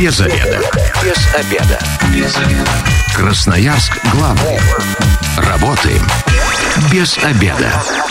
Без обеда. Без обеда. Без обеда. Красноярск главный. Работаем без обеда.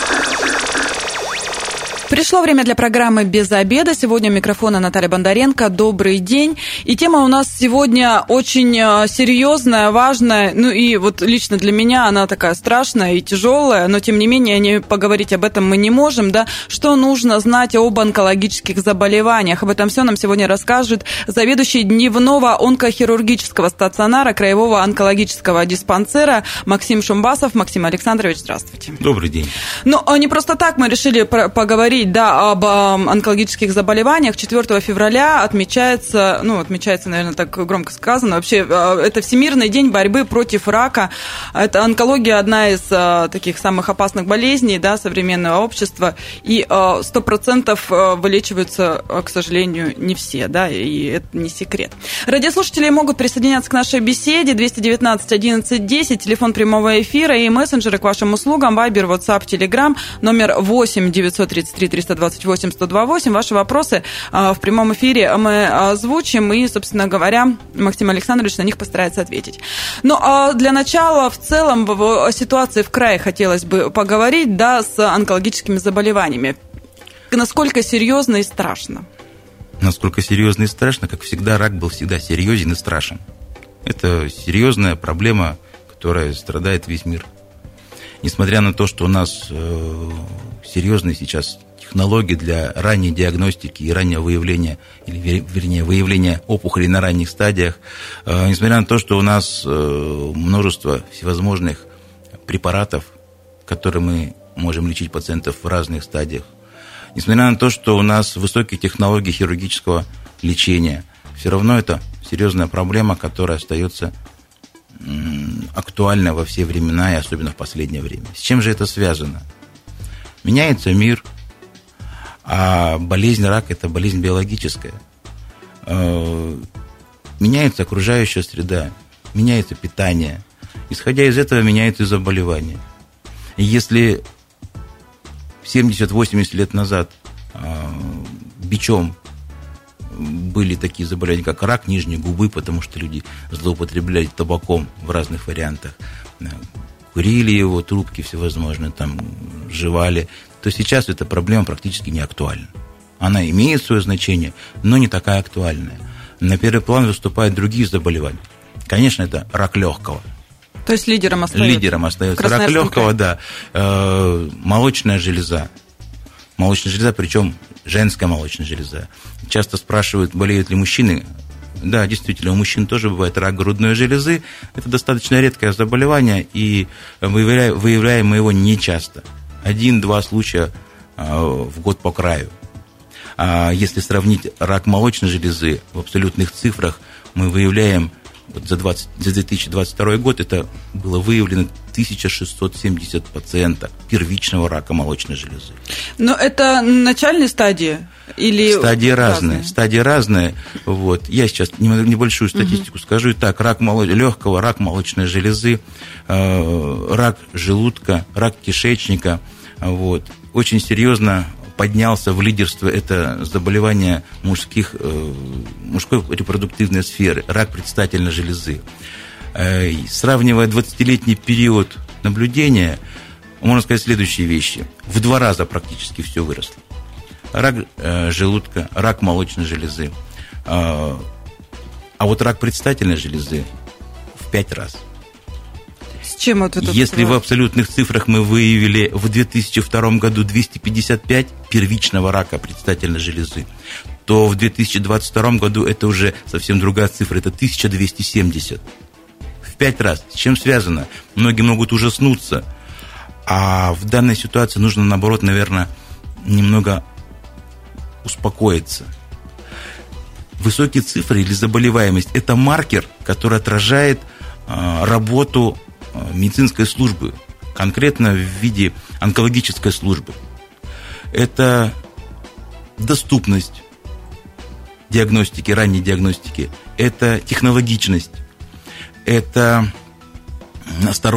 Пришло время для программы «Без обеда». Сегодня у микрофона Наталья Бондаренко. Добрый день. И тема у нас сегодня очень серьезная, важная. Ну и вот лично для меня она такая страшная и тяжелая, но тем не менее не поговорить об этом мы не можем. Да? Что нужно знать об онкологических заболеваниях? Об этом все нам сегодня расскажет заведующий дневного онкохирургического стационара Краевого онкологического диспансера Максим Шумбасов. Максим Александрович, здравствуйте. Добрый день. Ну, не просто так мы решили поговорить об онкологических заболеваниях. 4 февраля отмечается, наверное, так громко сказано, вообще это Всемирный день борьбы против рака. Это онкология одна из таких самых опасных болезней, да, современного общества, и 100% вылечиваются, к сожалению, не все, да, и это не секрет. Радиослушатели могут присоединяться к нашей беседе 219 11 10, телефон прямого эфира и мессенджеры к вашим услугам, Viber, WhatsApp, Telegram, номер 8 933 328 128. Ваши вопросы в прямом эфире мы озвучим, и, собственно говоря, Максим Александрович на них постарается ответить. Но для начала, в целом, о ситуации в крае хотелось бы поговорить, да, с онкологическими заболеваниями. Насколько серьезно и страшно? Насколько серьезно и страшно, как всегда, рак был всегда серьезен и страшен. Это серьезная проблема, которая страдает весь мир. Несмотря на то, что у нас серьезные сейчас технологии для ранней диагностики и раннего выявления, или, вернее, выявления опухолей на ранних стадиях, несмотря на то, что у нас множество всевозможных препаратов, которыми мы можем лечить пациентов в разных стадиях, несмотря на то, что у нас высокие технологии хирургического лечения, все равно это серьезная проблема, которая остается актуальна во все времена и особенно в последнее время. С чем же это связано? Меняется мир, а болезнь рака – это болезнь биологическая. Меняется окружающая среда, меняется питание. Исходя из этого, меняются и заболевания. И если 70-80 лет назад бичом были такие заболевания, как рак нижней губы, потому что люди злоупотребляли табаком в разных вариантах, курили его, трубки всевозможные, там, жевали, то сейчас эта проблема практически не актуальна. Она имеет свое значение, но не такая актуальная. На первый план выступают другие заболевания. Конечно, это рак легкого. То есть лидером остается? Лидером остается рак легкого, да. Молочная железа. Молочная железа, причем женская молочная железа. Часто спрашивают, болеют ли мужчины. Да, действительно, у мужчин тоже бывает рак грудной железы. Это достаточно редкое заболевание, и выявляем мы его нечасто. 1-2 случая в год по краю. Если сравнить рак молочной железы в абсолютных цифрах, мы выявляем вот за 2022 год это было выявлено 1670 пациентов первичного рака молочной железы. Но это начальные стадии? Или Стадии разные. Вот. Я сейчас небольшую статистику скажу. Итак, рак легкого, рак молочной железы, рак желудка, рак кишечника. Вот. Очень серьезно поднялся в лидерство это заболевание мужской репродуктивной сферы, рак предстательной железы. Сравнивая 20-летний период наблюдения, можно сказать следующие вещи. В 2 раза практически все выросло. Рак желудка, рак молочной железы. А вот рак предстательной железы в 5 раз. С чем вот это? Если в абсолютных цифрах мы выявили в 2002 году 255 первичного рака предстательной железы, то в 2022 году это уже совсем другая цифра, это 1270. В 5 раз. С чем связано? Многие могут ужаснуться. А в данной ситуации нужно, наоборот, наверное, немного успокоиться. Высокие цифры или заболеваемость – это маркер, который отражает работу медицинской службы, конкретно в виде онкологической службы. Это доступность диагностики, ранней диагностики, это технологичность, это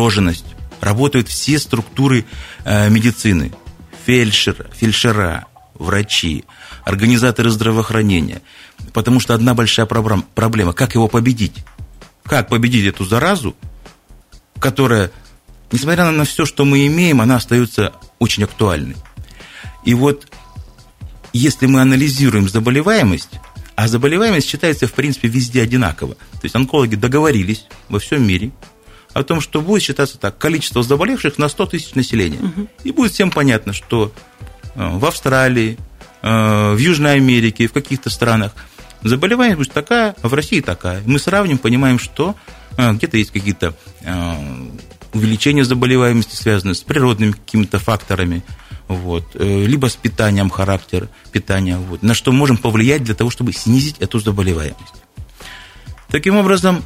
настороженность. Работают все структуры медицины, фельдшера, врачи, организаторы здравоохранения. Потому что одна большая проблема – как его победить? Как победить эту заразу, которая, несмотря на все, что мы имеем, она остается очень актуальной. И вот если мы анализируем заболеваемость, а заболеваемость считается, в принципе, везде одинаково. То есть онкологи договорились во всем мире о том, что будет считаться так: количество заболевших на 100 тысяч населения. И будет всем понятно, что в Австралии, в Южной Америке, в каких-то странах заболеваемость будет такая, а в России такая. Мы сравним, понимаем, что где-то есть какие-то увеличения заболеваемости, связанные с природными какими-то факторами, вот, либо с питанием, характер питания, вот, на что можем повлиять для того, чтобы снизить эту заболеваемость. Таким образом,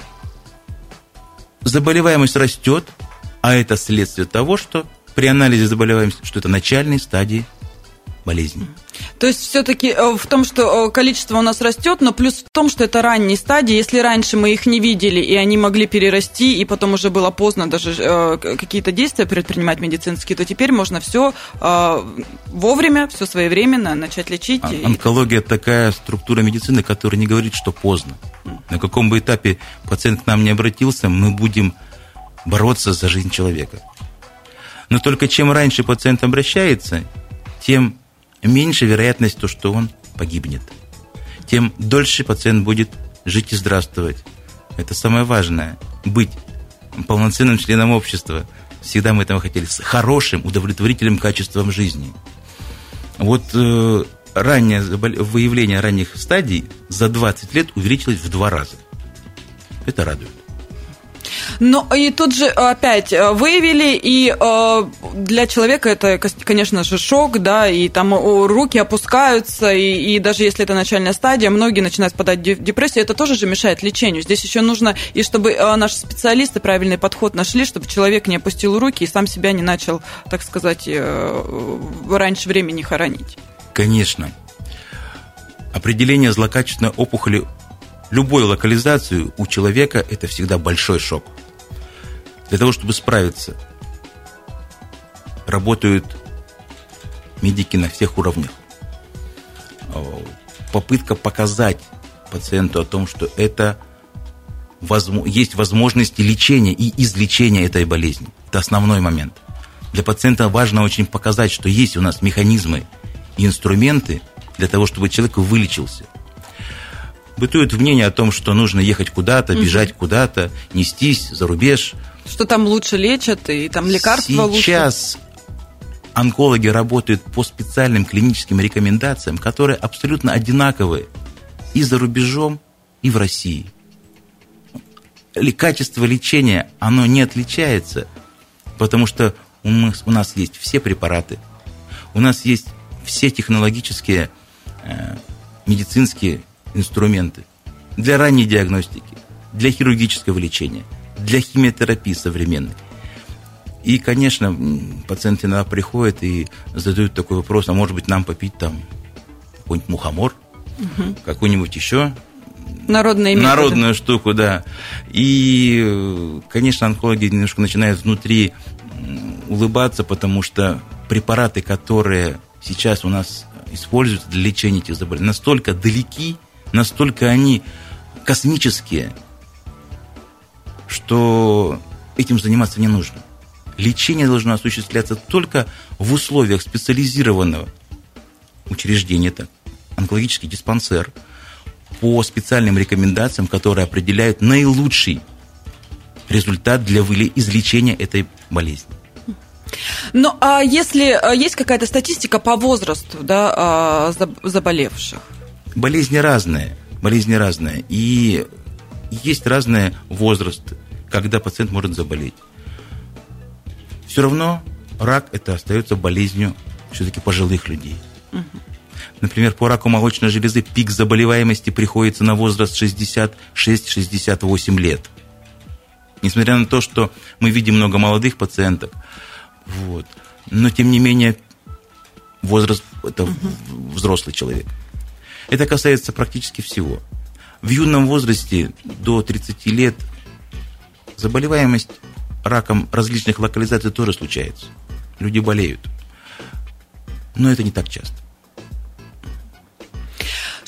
заболеваемость растет, а это следствие того, что при анализе заболеваемости, что это начальные стадии болезни. То есть все-таки в том, что количество у нас растет, но плюс в том, что это ранние стадии. Если раньше мы их не видели, и они могли перерасти, и потом уже было поздно даже какие-то действия предпринимать медицинские, то теперь можно все вовремя, все своевременно начать лечить. Онкология – такая структура медицины, которая не говорит, что поздно. На каком бы этапе пациент к нам не обратился, мы будем бороться за жизнь человека. Но только чем раньше пациент обращается, тем меньше вероятность, что он погибнет. Тем дольше пациент будет жить и здравствовать. Это самое важное. Быть полноценным членом общества. Всегда мы этого хотели. С хорошим, удовлетворительным качеством жизни. Вот раннее выявление ранних стадий за 20 лет увеличилось в 2 раза. Это радует. Ну, и тут же опять выявили, и для человека это, конечно же, шок, да, и там руки опускаются, и даже если это начальная стадия, многие начинают впадать в депрессию, это тоже же мешает лечению. Здесь еще нужно, и чтобы наши специалисты правильный подход нашли, чтобы человек не опустил руки и сам себя не начал, так сказать, раньше времени хоронить. Конечно. Определение злокачественной опухоли любой локализации у человека – это всегда большой шок. Для того, чтобы справиться, работают медики на всех уровнях. Попытка показать пациенту о том, что это есть возможности лечения и излечения этой болезни. Это основной момент. Для пациента важно очень показать, что есть у нас механизмы и инструменты для того, чтобы человек вылечился. Бытует мнение о том, что нужно ехать куда-то, бежать куда-то, нестись за рубеж. Что там лучше лечат, и там лекарства лучше. Сейчас онкологи работают по специальным клиническим рекомендациям, которые абсолютно одинаковые и за рубежом, и в России. Качество лечения, оно не отличается, потому что у нас есть все препараты, у нас есть все технологические, медицинские инструменты для ранней диагностики, для хирургического лечения, для химиотерапии современной. И, конечно, пациенты иногда приходят и задают такой вопрос: а может быть нам попить там какой-нибудь мухомор, какую-нибудь еще народную штуку, да. И, конечно, онкологи немножко начинают внутри улыбаться, потому что препараты, которые сейчас у нас используются для лечения этих заболеваний, настолько далеки, настолько они космические, что этим заниматься не нужно. Лечение должно осуществляться только в условиях специализированного учреждения, это онкологический диспансер, по специальным рекомендациям, которые определяют наилучший результат для излечения этой болезни. Ну, а если есть какая-то статистика по возрасту, да, заболевших? Болезни разные. И есть разные возрасты, когда пациент может заболеть. Все равно рак – это остается болезнью все-таки пожилых людей. Например, по раку молочной железы пик заболеваемости приходится на возраст 66-68 лет. Несмотря на то, что мы видим много молодых пациенток, вот, но тем не менее возраст – это взрослый человек. Это касается практически всего. В юном возрасте до 30 лет заболеваемость раком различных локализаций тоже случается. Люди болеют. Но это не так часто.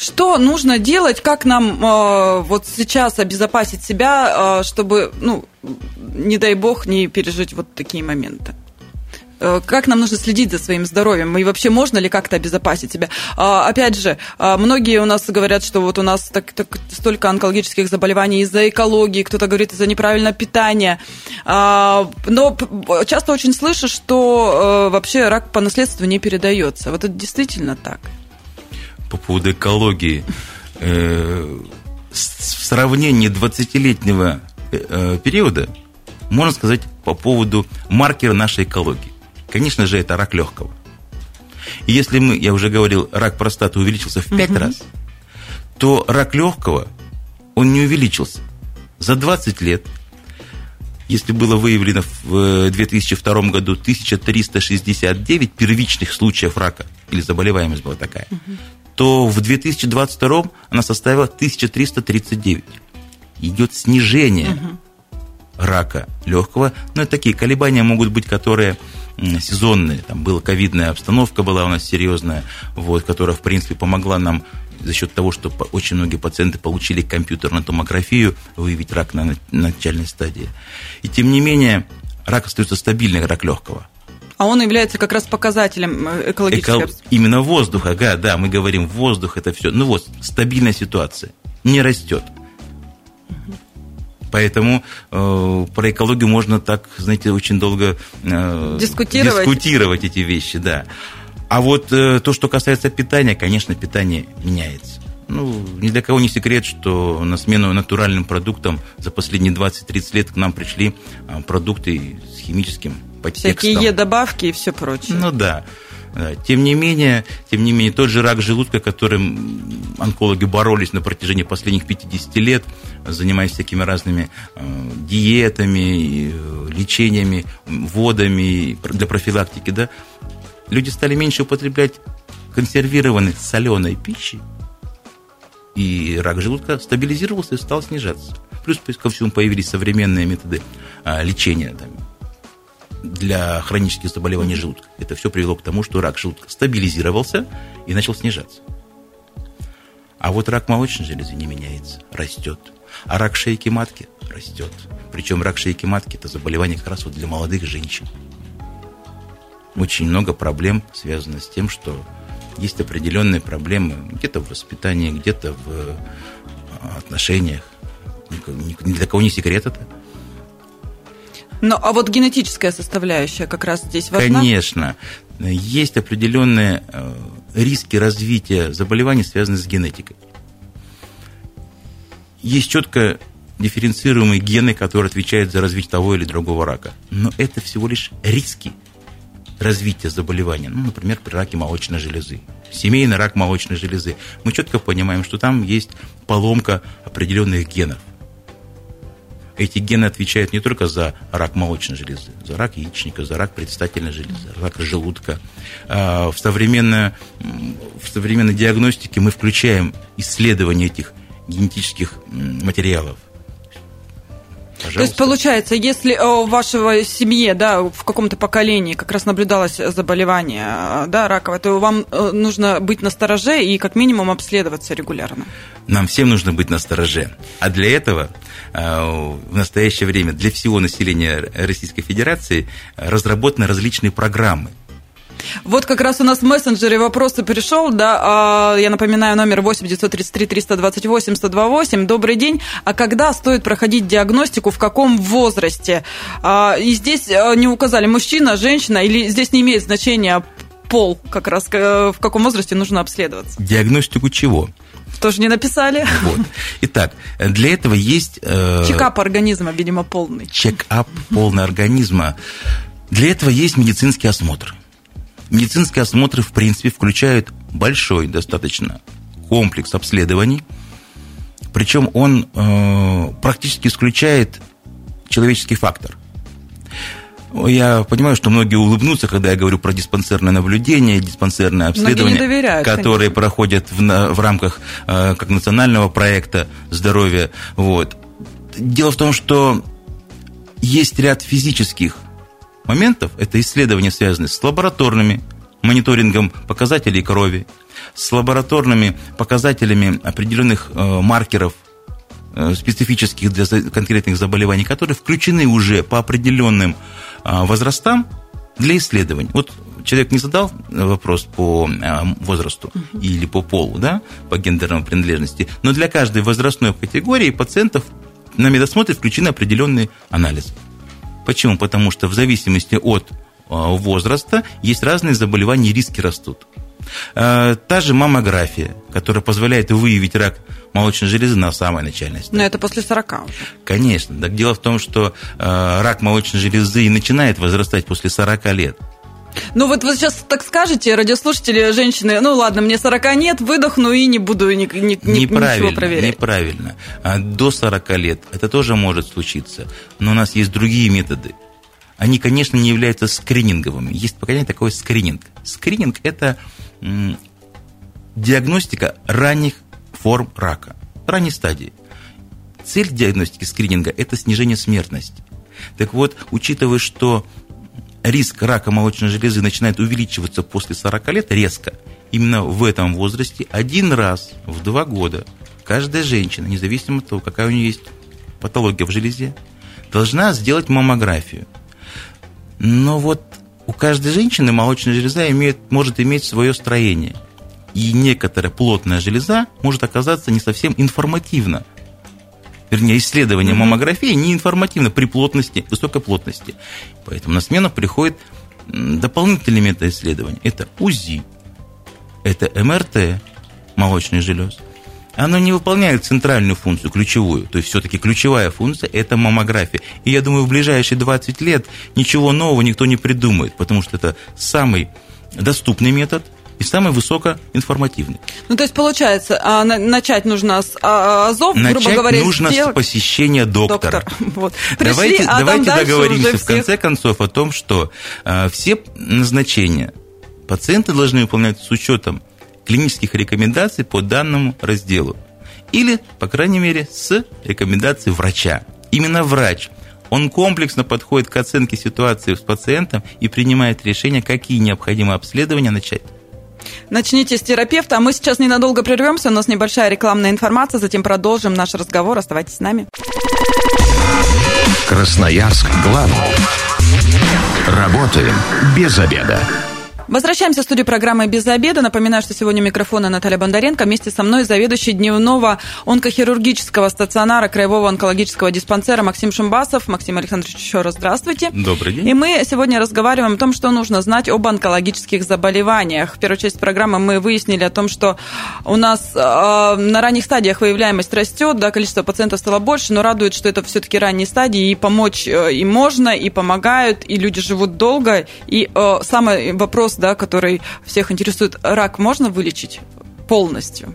Что нужно делать, как нам вот сейчас обезопасить себя, чтобы, не дай бог, не пережить вот такие моменты? Как нам нужно следить за своим здоровьем? И вообще, можно ли как-то обезопасить себя? Опять же, многие у нас говорят, что вот у нас столько онкологических заболеваний из-за экологии, кто-то говорит из-за неправильного питания. Но часто очень слышу, что вообще рак по наследству не передается. Вот это действительно так? По поводу экологии. В сравнении 20-летнего периода можно сказать по поводу маркера нашей экологии. Конечно же, это рак легкого. И если я уже говорил, рак простаты увеличился в 5 раз, то рак легкого, он не увеличился. За 20 лет, если было выявлено в 2002 году 1369 первичных случаев рака, или заболеваемость была такая, то в 2022 она составила 1339. Идет снижение рака легкого. Но такие колебания могут быть, которые сезонные. Там была ковидная обстановка, была у нас серьезная, которая, в принципе, помогла нам за счет того, что очень многие пациенты получили компьютерную томографию, выявить рак на начальной стадии. И тем не менее, рак остается стабильный, рак легкого. А он является как раз показателем экологического... Именно воздуха, да, мы говорим, воздух, это все. Стабильная ситуация, не растет. Поэтому про экологию можно так, знаете, очень долго дискутировать эти вещи, да. А вот то, что касается питания, конечно, питание меняется. Ни для кого не секрет, что на смену натуральным продуктам за последние 20-30 лет к нам пришли продукты с химическим подтекстом. Всякие Е-добавки и все прочее. Да. Тем не менее, тот же рак желудка, которым онкологи боролись на протяжении последних 50 лет, занимаясь всякими разными диетами, лечениями, вводами для профилактики, да, люди стали меньше употреблять консервированной соленой пищи, и рак желудка стабилизировался и стал снижаться. Плюс ко всему появились современные методы лечения для хронических заболеваний желудка. Это все привело к тому, что рак желудка стабилизировался и начал снижаться. А вот рак молочной железы не меняется, растет. А рак шейки матки растет. Причем рак шейки матки – это заболевание как раз для молодых женщин. Очень много проблем связано с тем, что есть определенные проблемы где-то в воспитании, где-то в отношениях. Ни для кого не секрет это. А вот генетическая составляющая как раз здесь важна? Конечно. Есть определенные риски развития заболеваний, связанные с генетикой. Есть четко дифференцируемые гены, которые отвечают за развитие того или другого рака. Но это всего лишь риски развития заболевания. Например, при раке молочной железы. Семейный рак молочной железы. Мы четко понимаем, что там есть поломка определенных генов. Эти гены отвечают не только за рак молочной железы, за рак яичника, за рак предстательной железы, рак желудка. В современной диагностике мы включаем исследование этих генетических материалов. Пожалуйста. То есть, получается, если в вашей семье, в каком-то поколении как раз наблюдалось заболевание, раковое, то вам нужно быть настороже и как минимум обследоваться регулярно. Нам всем нужно быть настороже. А для этого в настоящее время для всего населения Российской Федерации разработаны различные программы. Вот как раз у нас в мессенджере вопросы пришел, я напоминаю, номер 8-933-328-128. Добрый день. А когда стоит проходить диагностику, в каком возрасте? И здесь не указали, мужчина, женщина, или здесь не имеет значения пол, как раз в каком возрасте нужно обследоваться? Диагностику чего? Тоже не написали. Итак, для этого есть... Чекап организма, видимо, полный. Чекап полный организма. Для этого есть медицинский осмотр. Медицинские осмотры, в принципе, включают большой достаточно комплекс обследований, причем он практически исключает человеческий фактор. Я понимаю, что многие улыбнутся, когда я говорю про диспансерное наблюдение, диспансерное обследование, которые проходят в рамках как национального проекта здоровья. Дело в том, что есть ряд физических моментов, это исследования, связанные с лабораторными мониторингом показателей крови, с лабораторными показателями определенных маркеров, специфических для конкретных заболеваний, которые включены уже по определенным возрастам для исследований. Вот человек не задал вопрос по возрасту или по полу, да, по гендерной принадлежности, но для каждой возрастной категории пациентов на медосмотре включены определенные анализы. Почему? Потому что в зависимости от возраста есть разные заболевания, и риски растут. Та же маммография, которая позволяет выявить рак молочной железы на самой начальной стадии. Но это после 40 уже. Конечно. Так дело в том, что рак молочной железы начинает возрастать после 40 лет. Ну вот вы сейчас так скажете, радиослушатели, женщины, ну ладно, мне 40 нет, выдохну и не буду ничего проверять. Неправильно. До 40 лет это тоже может случиться, но у нас есть другие методы. Они, конечно, не являются скрининговыми. Есть понятие такое скрининг. Скрининг – это диагностика ранних форм рака, ранней стадии. Цель диагностики скрининга – это снижение смертности. Так вот, учитывая, что риск рака молочной железы начинает увеличиваться после 40 лет резко, именно в этом возрасте один раз в 2 года каждая женщина, независимо от того, какая у нее есть патология в железе, должна сделать маммографию. Но вот у каждой женщины молочная железа может иметь свое строение. И некоторая плотная железа может оказаться не совсем информативна. Вернее, исследование маммографии не информативно при плотности, высокой плотности. Поэтому на смену приходит дополнительный метод исследования. Это УЗИ, это МРТ молочных желез. Оно не выполняет центральную функцию, ключевую. То есть все-таки ключевая функция – это маммография. И я думаю, в ближайшие 20 лет ничего нового никто не придумает, потому что это самый доступный метод и самый высокоинформативный. Ну, то есть, получается, начать нужно с АЗОВ, грубо говоря. Начать нужно с посещения доктора. Вот. Давайте договоримся, в конце концов, о том, что все назначения пациенты должны выполнять с учетом клинических рекомендаций по данному разделу. Или, по крайней мере, с рекомендацией врача. Именно врач. Он комплексно подходит к оценке ситуации с пациентом и принимает решение, какие необходимые обследования начать. Начните с терапевта, а мы сейчас ненадолго прервемся. У нас небольшая рекламная информация, затем продолжим наш разговор. Оставайтесь с нами. Красноярск главный. Работаем без обеда. Возвращаемся в студию программы «Без обеда». Напоминаю, что сегодня у микрофона Наталья Бондаренко. Вместе со мной заведующий дневного онкохирургического стационара Краевого онкологического диспансера Максим Шимбасов. Максим Александрович, еще раз здравствуйте. Добрый день. И мы сегодня разговариваем о том, что нужно знать об онкологических заболеваниях. В первой части программы мы выяснили о том, что у нас на ранних стадиях выявляемость растет, да, количество пациентов стало больше, но радует, что это все-таки ранние стадии, и помочь им можно, и помогают, и люди живут долго. И самый вопрос, да, который всех интересует, рак можно вылечить полностью?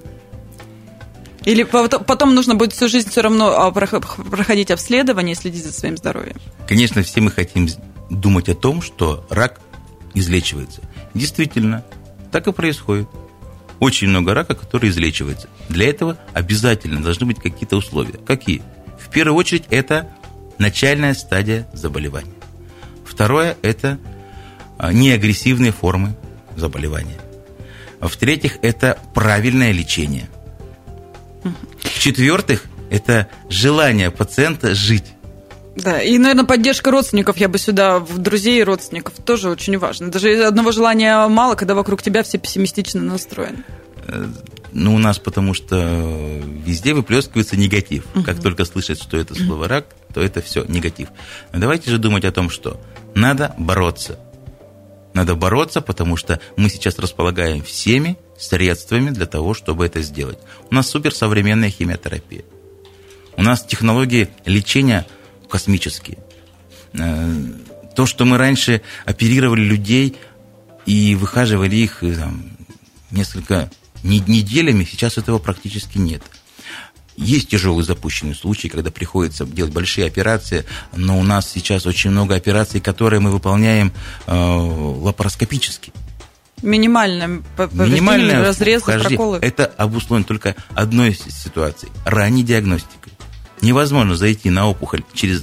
Или потом нужно будет всю жизнь все равно проходить обследование и следить за своим здоровьем? Конечно, все мы хотим думать о том, что рак излечивается. Действительно, так и происходит. Очень много рака, который излечивается. Для этого обязательно должны быть какие-то условия. Какие? В первую очередь, это начальная стадия заболевания. Второе – это неагрессивные формы заболевания. В-третьих, это правильное лечение. В-четвертых, это желание пациента жить. Да, и, наверное, поддержка родственников, я бы сюда, друзей и родственников, тоже очень важно. Даже одного желания мало, когда вокруг тебя все пессимистично настроены. Ну, у нас потому что везде выплескивается негатив. Как только слышат, что это слово «рак», то это все негатив. Но давайте же думать о том, что надо бороться. Надо бороться, потому что мы сейчас располагаем всеми средствами для того, чтобы это сделать. У нас суперсовременная химиотерапия. У нас технологии лечения космические. То, что мы раньше оперировали людей и выхаживали их там, несколько неделями, сейчас этого практически нет. Есть тяжелые запущенные случаи, когда приходится делать большие операции, но у нас сейчас очень много операций, которые мы выполняем лапароскопически. Минимальные разрезы, проколы. Это обусловлено только одной ситуацией – ранней диагностикой. Невозможно зайти на опухоль через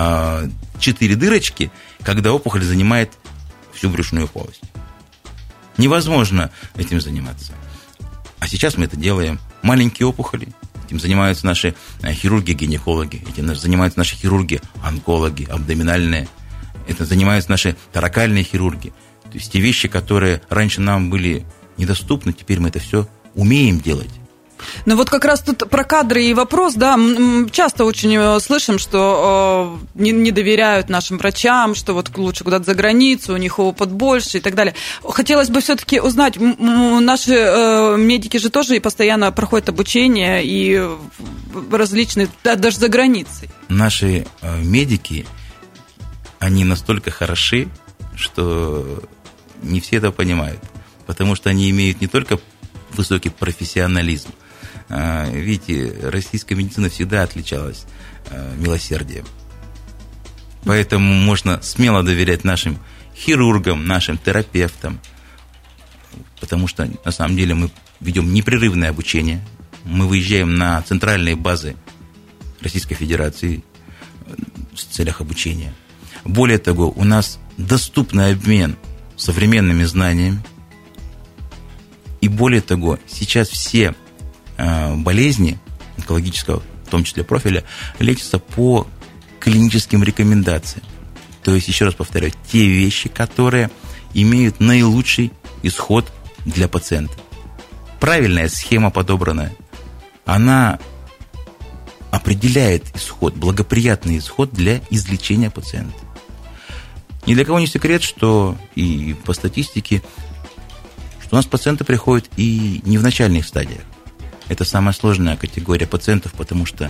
4 дырочки, когда опухоль занимает всю брюшную полость. Невозможно этим заниматься. А сейчас мы это делаем. Маленькие опухоли, этим занимаются наши хирурги-гинекологи, этим занимаются наши хирурги-онкологи, абдоминальные, это занимаются наши торакальные хирурги. То есть те вещи, которые раньше нам были недоступны, теперь мы это все умеем делать. Ну вот как раз тут про кадры и вопрос, да, часто очень слышим, что не доверяют нашим врачам, что вот лучше куда-то за границу, у них опыт больше и так далее. Хотелось бы все-таки узнать, наши медики же тоже постоянно проходят обучение и различные, даже за границей. Наши медики, они настолько хороши, что не все это понимают, потому что они имеют не только высокий профессионализм. Видите, российская медицина всегда отличалась милосердием. Поэтому можно смело доверять нашим хирургам, нашим терапевтам, потому что на самом деле мы ведем непрерывное обучение. Мы выезжаем на центральные базы Российской Федерации в целях обучения. Более того, у нас доступный обмен современными знаниями. И более того, сейчас все болезни онкологического, в том числе профиля, лечатся по клиническим рекомендациям. То есть, еще раз повторяю, те вещи, которые имеют наилучший исход для пациента. Правильная схема подобранная, она определяет исход, благоприятный исход для излечения пациента. Ни для кого не секрет, что и по статистике, что у нас пациенты приходят и не в начальных стадиях. Это самая сложная категория пациентов, потому что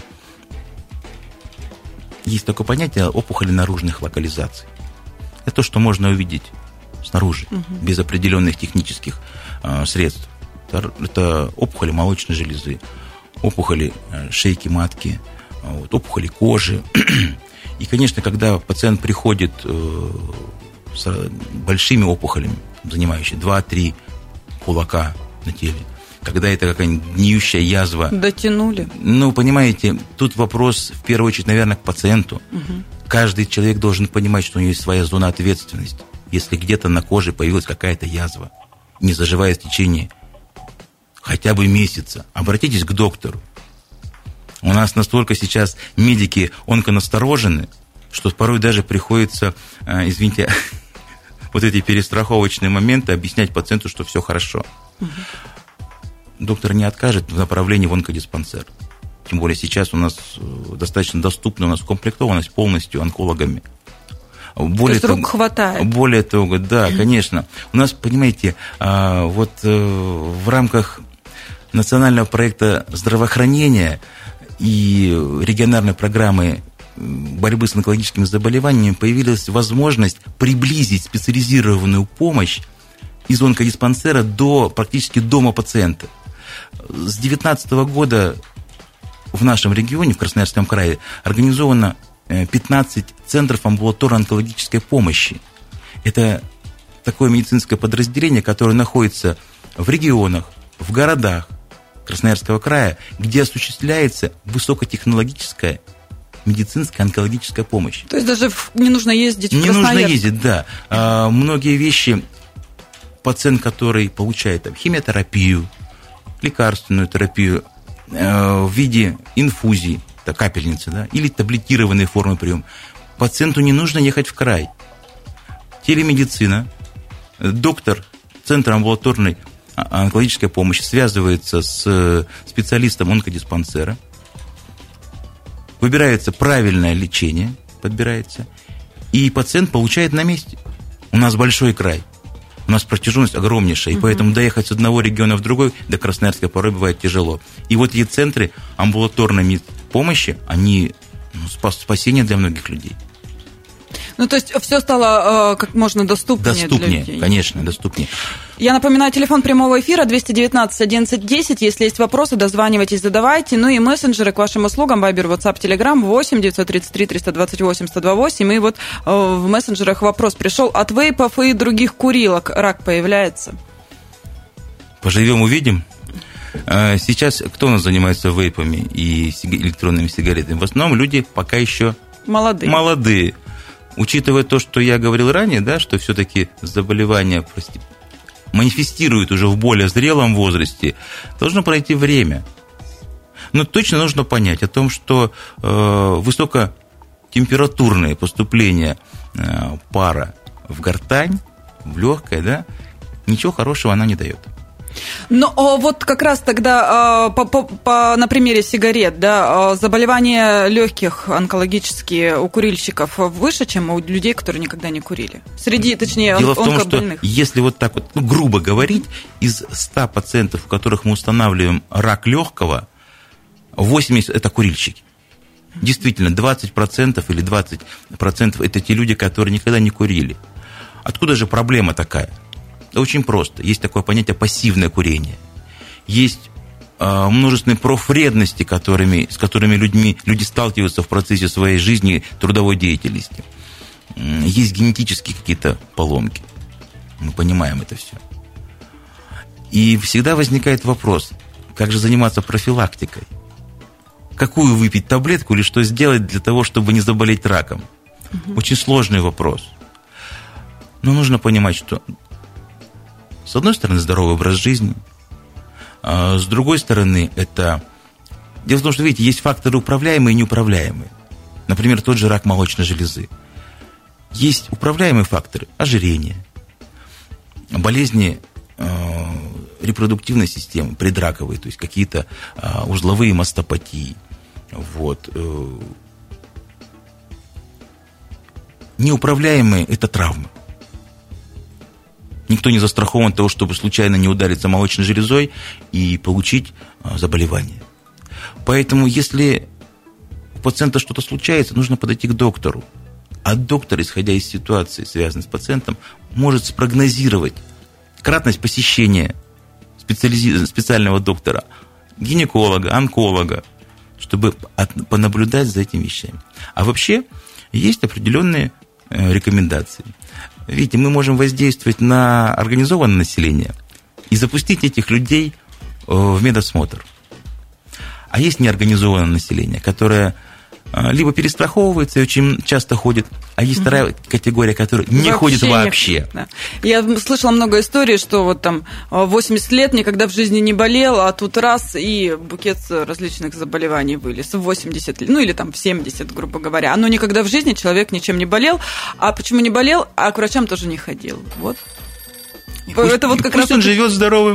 есть такое понятие опухоли наружных локализаций. Это то, что можно увидеть снаружи, без определенных технических средств. Это опухоли молочной железы, опухоли шейки матки, опухоли кожи. И, конечно, когда пациент приходит с большими опухолями, занимающими 2-3 кулака на теле, когда это какая-нибудь гниющая язва. Дотянули. Ну, понимаете, тут вопрос, в первую очередь, наверное, к пациенту. Каждый человек должен понимать, что у него есть своя зона ответственности. Если где-то на коже появилась какая-то язва, не заживая в течение хотя бы месяца, обратитесь к доктору. У нас настолько сейчас медики онконасторожены, что порой даже приходится, извините, вот эти перестраховочные моменты объяснять пациенту, что все хорошо. Доктор не откажет в направлении в онкодиспансер. Тем более сейчас у нас достаточно доступна у нас комплектованность полностью онкологами. То есть рук хватает. Более того, да, конечно. У нас, понимаете, вот в рамках национального проекта здравоохранения и региональной программы борьбы с онкологическими заболеваниями появилась возможность приблизить специализированную помощь из онкодиспансера до практически дома пациента. С 2019 года в нашем регионе, в Красноярском крае, организовано 15 центров амбулаторной онкологической помощи. Это такое медицинское подразделение, которое находится в регионах, в городах Красноярского края, где осуществляется высокотехнологическая медицинская онкологическая помощь. То есть даже не нужно ездить в Красноярск? Не нужно ездить, да. Многие вещи пациент, который получает химиотерапию, лекарственную терапию в виде инфузий, капельницы, да, или таблетированные формы приема, пациенту не нужно ехать в край. Телемедицина, доктор Центра амбулаторной онкологической помощи связывается с специалистом онкодиспансера, выбирается правильное лечение, подбирается, и пациент получает на месте. У нас большой край. У нас протяженность огромнейшая, и поэтому доехать с одного региона в другой до Красноярска порой бывает тяжело. И вот эти центры амбулаторной помощи, они спасение для многих людей. Ну, то есть все стало как можно доступнее для людей. Конечно, доступнее. Я напоминаю, телефон прямого эфира 219-11-10. Если есть вопросы, дозванивайтесь, задавайте. Ну и мессенджеры к вашим услугам. Вайбер, WhatsApp, Telegram 8-933-328-128. И вот в мессенджерах вопрос пришел. От вейпов и других курилок рак появляется? Поживем, увидим. Сейчас кто у нас занимается вейпами и электронными сигаретами? В основном люди пока еще молодые. Учитывая то, что я говорил ранее, да, что все-таки заболевания манифестирует уже в более зрелом возрасте, должно пройти время. Но точно нужно понять о том, что высокотемпературные поступления пара в гортань, в легкое, да, ничего хорошего она не дает. Но вот как раз тогда на примере сигарет, да, заболевания легких онкологические у курильщиков выше, чем у людей, которые никогда не курили. Точнее, дело в том, что онкобольных. если вот так вот, грубо говорить, из 100 пациентов, у которых мы устанавливаем рак легкого, 80 – это курильщики. Действительно, 20% или 20% – это те люди, которые никогда не курили. Откуда же проблема такая? Очень просто. Есть такое понятие пассивное курение. Есть множественные профвредности, с которыми люди сталкиваются в процессе своей жизни, трудовой деятельности. Есть генетические какие-то поломки. Мы понимаем это все. И всегда возникает вопрос, как же заниматься профилактикой? Какую выпить таблетку или что сделать для того, чтобы не заболеть раком? Очень сложный вопрос. Но нужно понимать, что с одной стороны, здоровый образ жизни, а с другой стороны, это... Дело в том, что, видите, есть факторы управляемые и неуправляемые. Например, тот же рак молочной железы. Есть управляемые факторы – ожирение, болезни репродуктивной системы, предраковые, то есть какие-то узловые мастопатии. Вот. Неуправляемые – это травмы. Никто не застрахован от того, чтобы случайно не удариться молочной железой и получить заболевание. Поэтому, если у пациента что-то случается, нужно подойти к доктору. А доктор, исходя из ситуации, связанной с пациентом, может спрогнозировать кратность посещения специального доктора, гинеколога, онколога, чтобы понаблюдать за этими вещами. А вообще есть определенные рекомендации. Видите, мы можем воздействовать на организованное население и запустить этих людей в медосмотр. А есть неорганизованное население, которое либо перестраховывается и очень часто ходит, а есть вторая категория, которая не ходит вообще. Да. Я слышала много историй, что вот там 80 лет никогда в жизни не болел, а тут раз и букет различных заболеваний вылез в 80 лет, ну или там в 70, грубо говоря. Но никогда в жизни человек ничем не болел. А почему не болел? А к врачам тоже не ходил. Вот. Это вот как пусть раз он живет здоровым.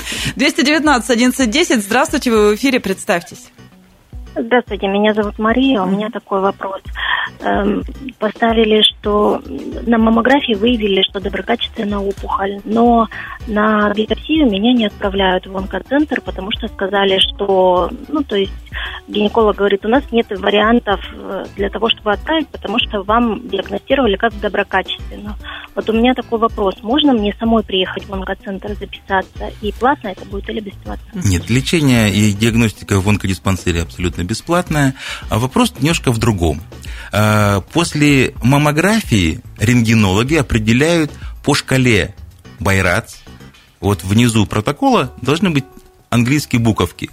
219-11-10. Здравствуйте, вы в эфире, представьтесь. Здравствуйте, меня зовут Мария, у меня такой вопрос. Поставили, что на маммографии выявили, что доброкачественная опухоль, но на биопсию меня не отправляют в онкоцентр, потому что сказали, что, то есть гинеколог говорит, у нас нет вариантов для того, чтобы отправить, потому что вам диагностировали как доброкачественно. Вот у меня такой вопрос, можно мне самой приехать в онкоцентр, записаться, и платно это будет или бесплатно? Нет, лечение и диагностика в онкодиспансере абсолютно бесплатная. А вопрос немножко в другом. После маммографии рентгенологи определяют по шкале Байрац. Вот внизу протокола должны быть английские буковки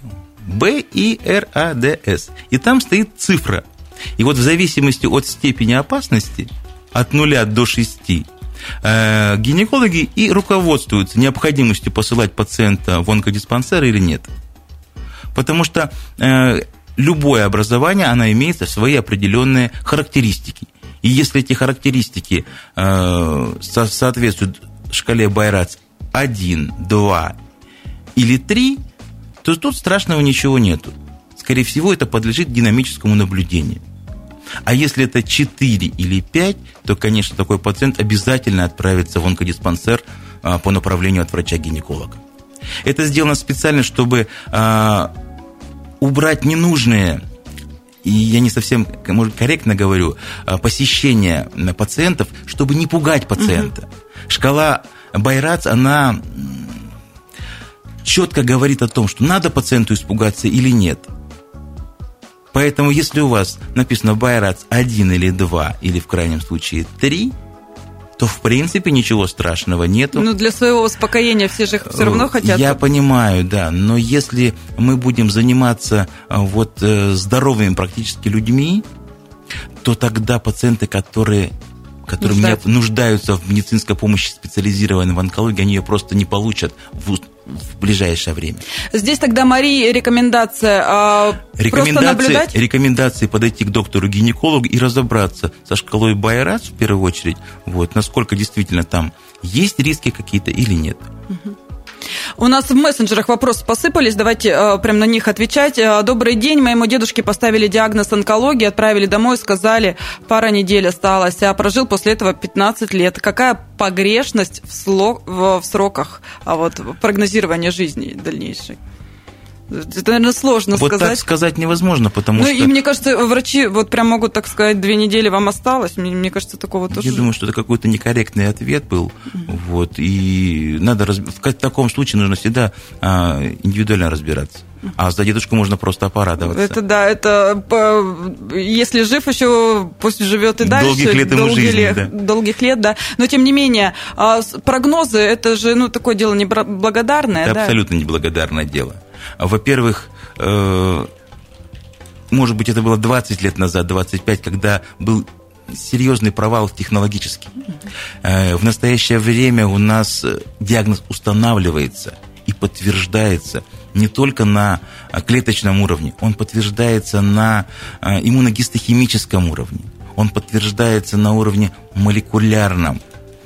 BIRADS. И там стоит цифра. И вот в зависимости от степени опасности, от 0 до 6, гинекологи и руководствуются необходимостью посылать пациента в онкодиспансер или нет. Потому что любое образование, оно имеет свои определенные характеристики. И если эти характеристики соответствуют шкале Байрац 1, 2 или 3, то тут страшного ничего нету. Скорее всего, это подлежит динамическому наблюдению. А если это 4 или 5, то, конечно, такой пациент обязательно отправится в онкодиспансер по направлению от врача-гинеколога. Это сделано специально, чтобы убрать ненужные, и я не совсем, может, корректно говорю, посещения пациентов, чтобы не пугать пациента. Шкала Байрац, она четко говорит о том, что надо пациенту испугаться или нет. Поэтому, если у вас написано Байрац 1 или 2, или в крайнем случае 3, то, в принципе, ничего страшного нету. Ну, для своего успокоения все же все равно хотят. Я понимаю, да, но если мы будем заниматься здоровыми практически людьми, то тогда пациенты, которые которые нуждаются в медицинской помощи, специализированной в онкологии, они ее просто не получат в ближайшее время. Здесь тогда, Мария, рекомендация просто наблюдать? Рекомендации подойти к доктору-гинекологу и разобраться со шкалой Байрац, в первую очередь, насколько действительно там есть риски какие-то или нет. У нас в мессенджерах вопросы посыпались, давайте прям на них отвечать. Добрый день, моему дедушке поставили диагноз онкологии, отправили домой, сказали, пара недель осталась, а прожил после этого 15 лет. Какая погрешность в сроках прогнозирования жизни дальнейшей? Это, наверное, сложно сказать. Так сказать невозможно, потому что... И мне кажется, врачи прям могут так сказать, 2 недели вам осталось. Мне кажется, такого тоже... Я думаю, что это какой-то некорректный ответ был. И надо в таком случае нужно всегда индивидуально разбираться. А за дедушку можно просто порадоваться. Это да, если жив еще, пусть живет и дальше. Долгих лет ему жизни, да. Долгих лет, да. Но, тем не менее, прогнозы, это же, такое дело неблагодарное. Это абсолютно неблагодарное дело. Во-первых, может быть, это было 20 лет назад, 25, когда был серьезный провал технологический. В настоящее время у нас диагноз устанавливается и подтверждается не только на клеточном уровне, он подтверждается на иммуногистохимическом уровне, он подтверждается на уровне молекулярном.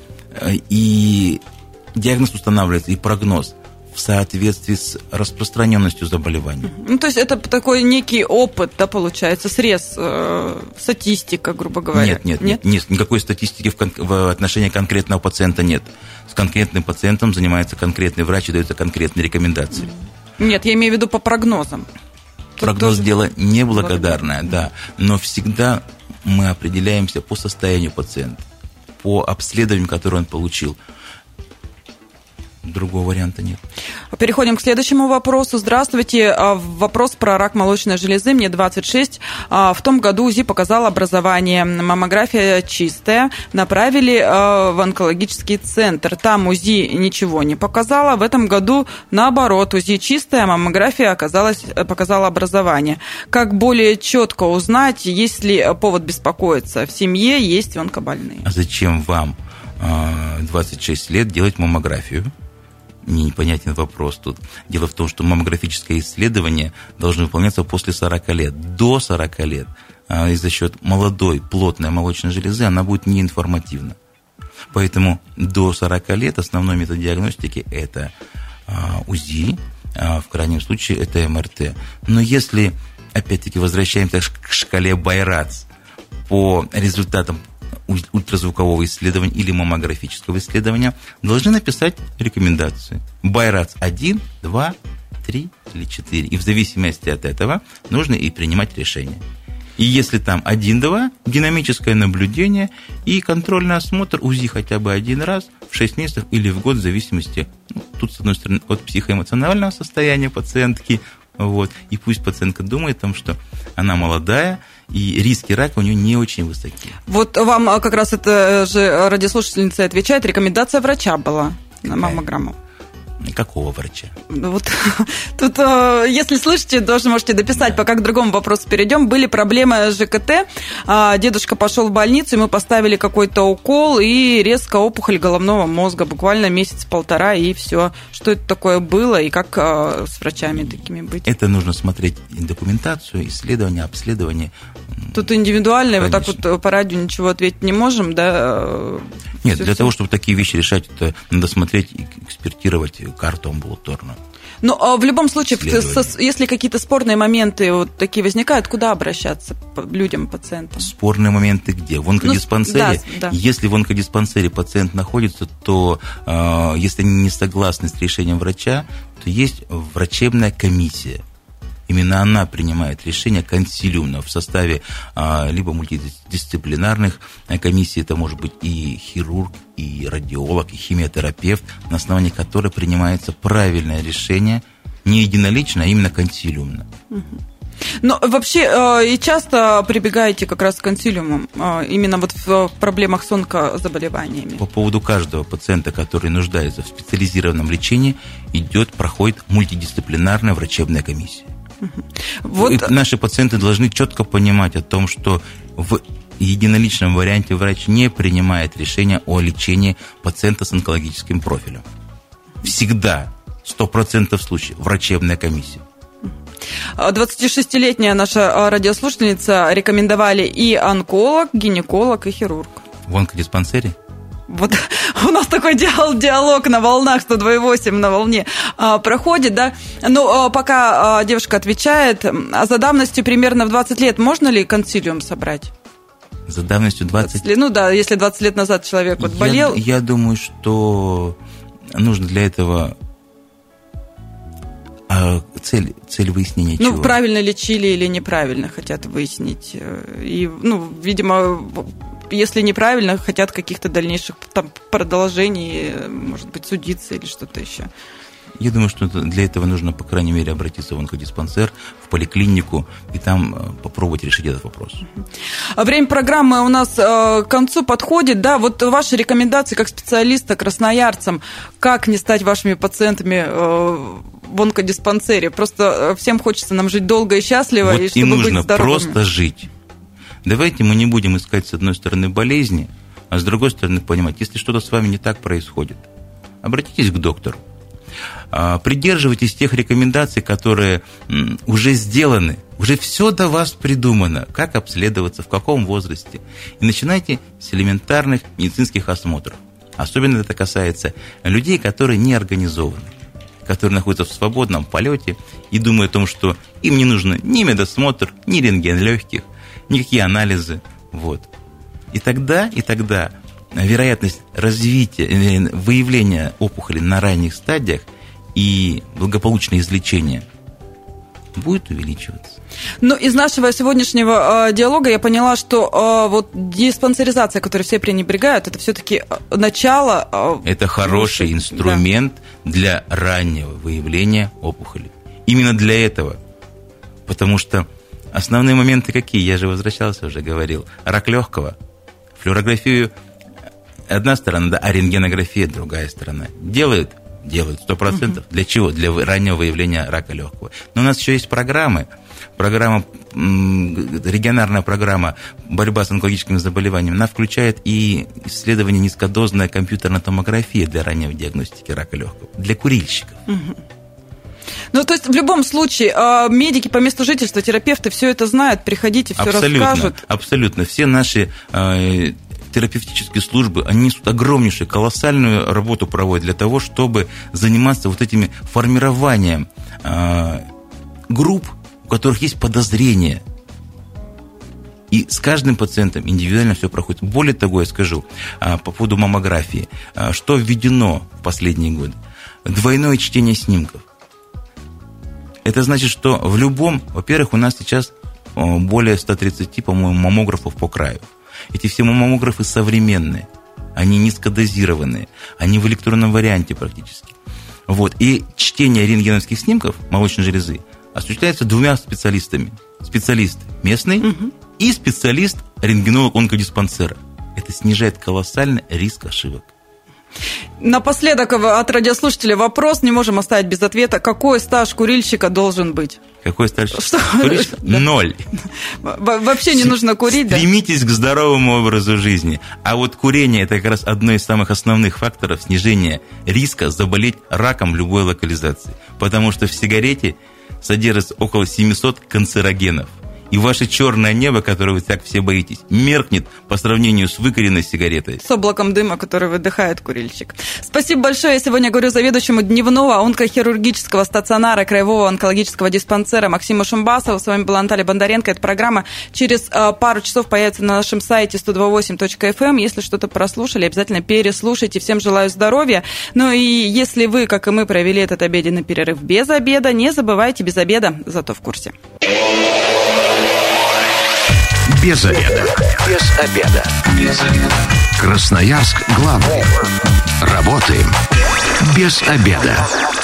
И диагноз устанавливается, и прогноз в соответствии с распространенностью заболевания. То есть это такой некий опыт, да, получается, срез, статистика, грубо говоря? Нет, никакой статистики в отношении конкретного пациента нет. С конкретным пациентом занимается конкретный врач и даются конкретные рекомендации. Нет, я имею в виду по прогнозам. Прогноз дело неблагодарное, да, но всегда мы определяемся по состоянию пациента, по обследованию, которое он получил. Другого варианта нет. Переходим к следующему вопросу. Здравствуйте. Вопрос про рак молочной железы. Мне 26. В том году УЗИ показало образование. Маммография чистая. Направили в онкологический центр. Там УЗИ ничего не показало. В этом году наоборот. УЗИ чистая, а маммография показала образование. Как более четко узнать, есть ли повод беспокоиться в семье, есть онкобольные? А зачем вам 26 лет делать маммографию? Мне непонятен вопрос тут. Дело в том, что маммографическое исследование должно выполняться после 40 лет. До 40 лет и за счет молодой, плотной молочной железы она будет неинформативна. Поэтому до 40 лет основной метод диагностики – это УЗИ, в крайнем случае это МРТ. Но если, опять-таки, возвращаемся к шкале Байрац по результатам ультразвукового исследования или маммографического исследования, должны написать рекомендации. Байрац 1, 2, 3 или 4. И в зависимости от этого нужно и принимать решение. И если там 1-2, динамическое наблюдение и контрольный осмотр УЗИ хотя бы один раз в 6 месяцев или в год, в зависимости, тут, с одной стороны, от психоэмоционального состояния пациентки, и пусть пациентка думает о том, что она молодая, и риски рака у нее не очень высоки. Вам как раз это же радиослушательница отвечает, рекомендация врача была на маммограмму. Какого врача? Тут, если слышите, тоже можете дописать, пока к другому вопросу перейдем. Были проблемы с ЖКТ, дедушка пошел в больницу, ему поставили какой-то укол, и резко опухоль головного мозга, буквально месяц-полтора, и все. Что это такое было, и как с врачами такими быть? Это нужно смотреть документацию, исследования, обследования. Тут индивидуально, Конечно. вот так вот по радио ничего ответить не можем, да? Нет, для того, чтобы такие вещи решать, это надо смотреть и экспертировать карту амбулаторную. Но в любом случае, если какие-то спорные моменты вот такие возникают, куда обращаться людям, пациентам? Спорные моменты где? В онкодиспансере? Да. Если в онкодиспансере пациент находится, то если они не согласны с решением врача, то есть врачебная комиссия. Именно она принимает решение консилиумно в составе либо мультидисциплинарных комиссий, это может быть и хирург, и радиолог, и химиотерапевт, на основании которой принимается правильное решение не единолично, а именно консилиумно. Но вообще и часто прибегаете как раз к консилиумам, именно вот в проблемах с онкозаболеваниями? По поводу каждого пациента, который нуждается в специализированном лечении, проходит мультидисциплинарная врачебная комиссия. И наши пациенты должны четко понимать о том, что в единоличном варианте врач не принимает решение о лечении пациента с онкологическим профилем. Всегда, 100% случаев, врачебная комиссия. 26-летняя наша радиослушательница рекомендовали и онколог, гинеколог, и хирург. В онкодиспансере? Вот у нас такой диалог на волнах 102.8 на волне проходит, да. Ну, пока девушка отвечает, за давностью примерно в 20 лет можно ли консилиум собрать? За давностью 20 лет? Ну да, если 20 лет назад человек вот болел. Я думаю, что нужно для этого цель выяснения чего. Ну, правильно лечили или неправильно хотят выяснить. И, ну, видимо, если неправильно, хотят каких-то дальнейших там продолжений, может быть, судиться или что-то еще. Я думаю, что для этого нужно, по крайней мере, обратиться в онкодиспансер, в поликлинику и там попробовать решить этот вопрос. Время программы у нас к концу подходит. Да, вот ваши рекомендации как специалиста красноярцам, как не стать вашими пациентами в онкодиспансере? Просто всем хочется нам жить долго и счастливо, вот и чтобы быть здоровыми. И нужно просто жить. Давайте мы не будем искать, с одной стороны, болезни, а с другой стороны, понимать, если что-то с вами не так происходит, обратитесь к доктору. Придерживайтесь тех рекомендаций, которые уже сделаны, уже все до вас придумано, как обследоваться, в каком возрасте. И начинайте с элементарных медицинских осмотров. Особенно это касается людей, которые не организованы, которые находятся в свободном полете и думают о том, что им не нужно ни медосмотр, ни рентген легких, никакие анализы. Вот. И тогда вероятность развития, выявления опухоли на ранних стадиях и благополучное излечение будет увеличиваться. Ну, из нашего сегодняшнего диалога я поняла, что вот диспансеризация, которой все пренебрегают, это все-таки начало. Это хороший инструмент для раннего выявления опухоли. Именно для этого. Потому что основные моменты какие? Я же возвращался, уже говорил. Рак легкого, флюорографию одна сторона, да, а рентгенография другая сторона. Делают 100%. Для чего? Для раннего выявления рака легкого. Но у нас еще есть региональная программа борьба с онкологическими заболеваниями. Она включает и исследование низкодозная компьютерная томография для ранней диагностики рака легкого. Для курильщиков. Ну, то есть, в любом случае, медики по месту жительства, терапевты все это знают, приходите, все расскажут. Абсолютно. Все наши терапевтические службы, они несут огромнейшую, колоссальную работу проводят для того, чтобы заниматься вот этими формированием групп, у которых есть подозрения. И с каждым пациентом индивидуально все проходит. Более того, я скажу по поводу маммографии, что введено в последние годы. Двойное чтение снимков. Это значит, что в любом, во-первых, у нас сейчас более 130, по-моему, маммографов по краю. Эти все маммографы современные, они низкодозированные, они в электронном варианте практически. Вот. И чтение рентгеновских снимков молочной железы осуществляется двумя специалистами. Специалист местный и специалист-рентгенолог онкодиспансера. Это снижает колоссальный риск ошибок. Напоследок от радиослушателя вопрос, не можем оставить без ответа. Какой стаж курильщика должен быть? Какой стаж курильщика? 0. Вообще не нужно курить, да? Стремитесь к здоровому образу жизни. А вот курение – это как раз одно из самых основных факторов снижения риска заболеть раком любой локализации. Потому что в сигарете содержится около 700 канцерогенов. И ваше черное небо, которое вы так все боитесь, меркнет по сравнению с выкуренной сигаретой. С облаком дыма, который выдыхает курильщик. Спасибо большое. Я сегодня говорю заведующему дневного онкохирургического стационара Краевого онкологического диспансера Максиму Шумбасову. С вами была Наталья Бондаренко. Эта программа через пару часов появится на нашем сайте 102.8.fm. Если что-то прослушали, обязательно переслушайте. Всем желаю здоровья. Ну и если вы, как и мы, провели этот обеденный перерыв без обеда, не забывайте, без обеда, зато в курсе. Без обеда. Без обеда. Без обеда. Красноярск главный. Работаем без обеда.